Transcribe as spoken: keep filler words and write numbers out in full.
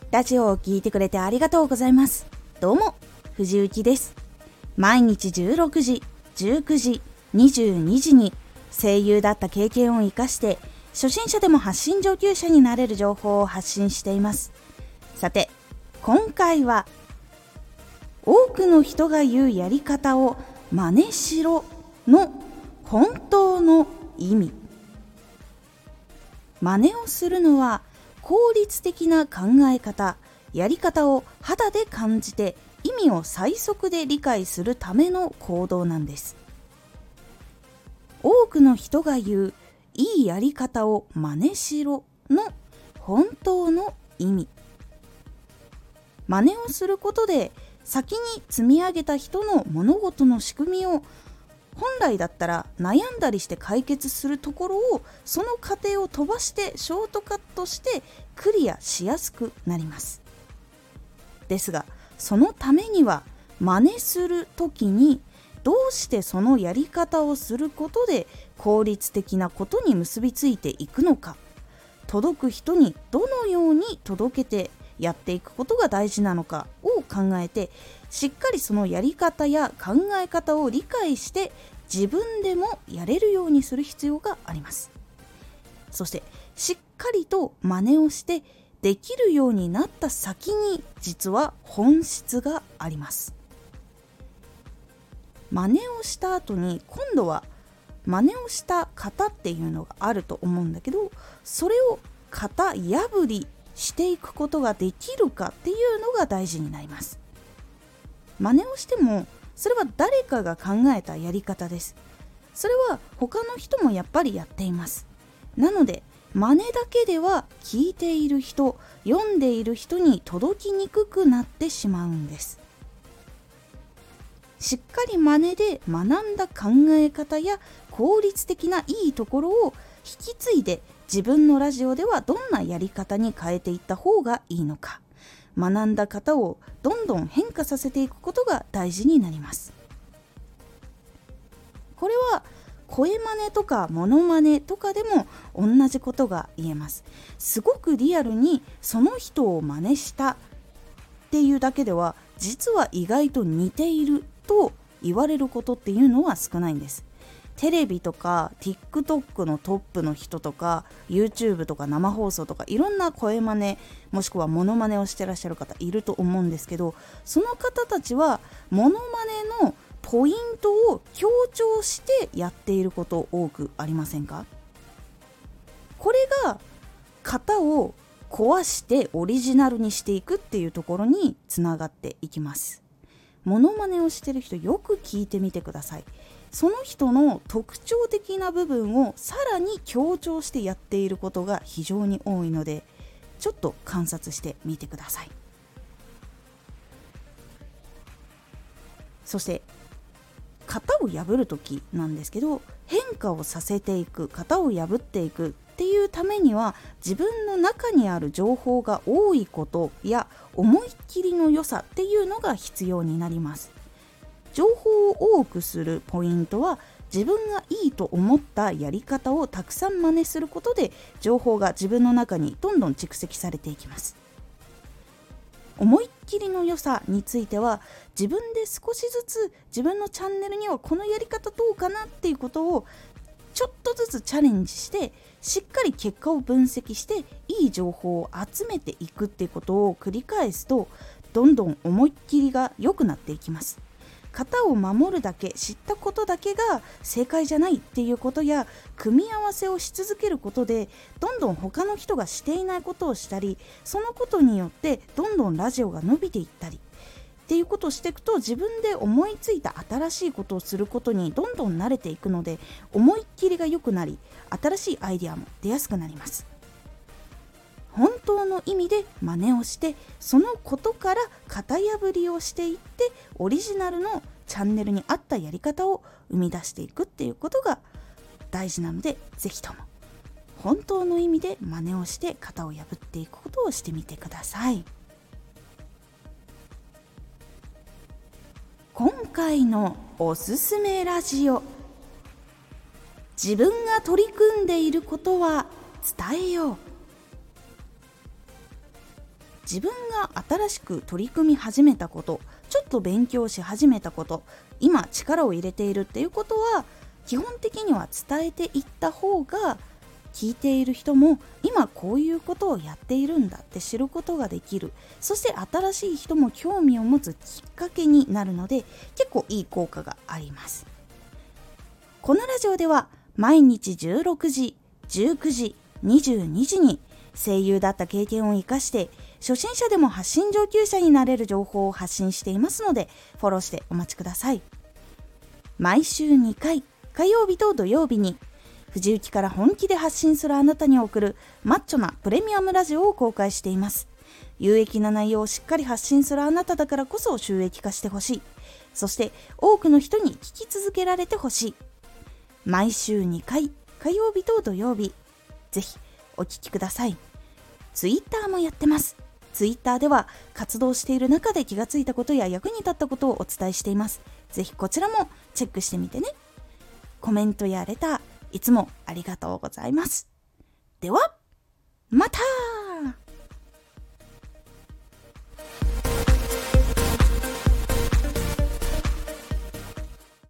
ラジオを聞いてくれてありがとうございます。どうも藤幸です。毎日じゅうろくじ、じゅうくじ、にじゅうにじに声優だった経験を生かして初心者でも発信上級者になれる情報を発信しています。さて今回は、多くの人が言うやり方を真似しろの本当の意味。真似をするのは効率的な考え方、やり方を肌で感じて意味を最速で理解するための行動なんです。多くの人が言ういいやり方を真似しろの本当の意味。真似をすることで先に積み上げた人の物事の仕組みを本来だったら悩んだりして解決するところを、その過程を飛ばしてショートカットしてクリアしやすくなります。ですがそのためには、真似するときにどうしてそのやり方をすることで効率的なことに結びついていくのか、届く人にどのように届けてやっていくことが大事なのかを考えて、しっかりそのやり方や考え方を理解して自分でもやれるようにする必要があります。そしてしっかりと真似をしてできるようになった先に、実は本質があります。真似をした後に今度は真似をした型っていうのがあると思うんだけど、それを型破りしていくことができるかっていうのが大事になります。真似をしてもそれは誰かが考えたやり方です。それは他の人もやっぱりやっています。なので真似だけでは聞いている人、読んでいる人に届きにくくなってしまうんです。しっかり真似で学んだ考え方や効率的ないいところを引き継いで、自分のラジオではどんなやり方に変えていった方がいいのか、学んだ方をどんどん変化させていくことが大事になります。これは声真似とかモノマネとかでも同じことが言えます。すごくリアルにその人を真似したっていうだけでは、実は意外と似ていると言われることっていうのは少ないんです。テレビとか TikTok のトップの人とか YouTube とか生放送とか、いろんな声真似もしくはモノマネをしてらっしゃる方いると思うんですけど、その方たちはモノマネのポイントを強調してやっていること多くありませんか？これが型を壊してオリジナルにしていくっていうところにつながっていきます。モノマネをしてる人、よく聞いてみてください。その人の特徴的な部分をさらに強調してやっていることが非常に多いので、ちょっと観察してみてください。そして型を破るときなんですけど、変化をさせていく、型を破っていくっていうためには、自分の中にある情報が多いことや思いっきりの良さっていうのが必要になります。情報を多くするポイントは、自分がいいと思ったやり方をたくさん真似することで、情報が自分の中にどんどん蓄積されていきます。思いっきりの良さについては、自分で少しずつ自分のチャンネルにはこのやり方どうかなっていうことをちょっとずつチャレンジして、しっかり結果を分析していい情報を集めていくっていうことを繰り返すと、どんどん思いっきりが良くなっていきます。型を守るだけ、知ったことだけが正解じゃないっていうことや、組み合わせをし続けることでどんどん他の人がしていないことをしたり、そのことによってどんどんラジオが伸びていったりっていうことをしていくと、自分で思いついた新しいことをすることにどんどん慣れていくので、思いっきりが良くなり、新しいアイデアも出やすくなります。本当の意味で真似をして、そのことから型破りをしていって、オリジナルのチャンネルに合ったやり方を生み出していくっていうことが大事なので、ぜひとも本当の意味で真似をして型を破っていくことをしてみてください。今回のおすすめラジオ、自分が取り組んでいることは伝えよう。 自分が新しく取り組み始めたこと、ちょっと勉強し始めたこと、今力を入れているっていうことは基本的には伝えていった方が、聞いている人も今こういうことをやっているんだって知ることができる。そして新しい人も興味を持つきっかけになるので、結構いい効果があります。このラジオでは毎日じゅうろくじ、じゅうくじ、にじゅうにじに声優だった経験を生かして初心者でも発信上級者になれる情報を発信していますので、フォローしてお待ちください。毎週にかい、火曜日と土曜日に藤雪から本気で発信するあなたに送るマッチョなプレミアムラジオを公開しています。有益な内容をしっかり発信するあなただからこそ収益化してほしい。そして多くの人に聞き続けられてほしい。毎週にかい、火曜日と土曜日、ぜひお聞きください。ツイッターもやってます。ツイッターでは活動している中で気がついたことや役に立ったことをお伝えしています。ぜひこちらもチェックしてみてね。コメントやレター、いつもありがとうございます。では、また。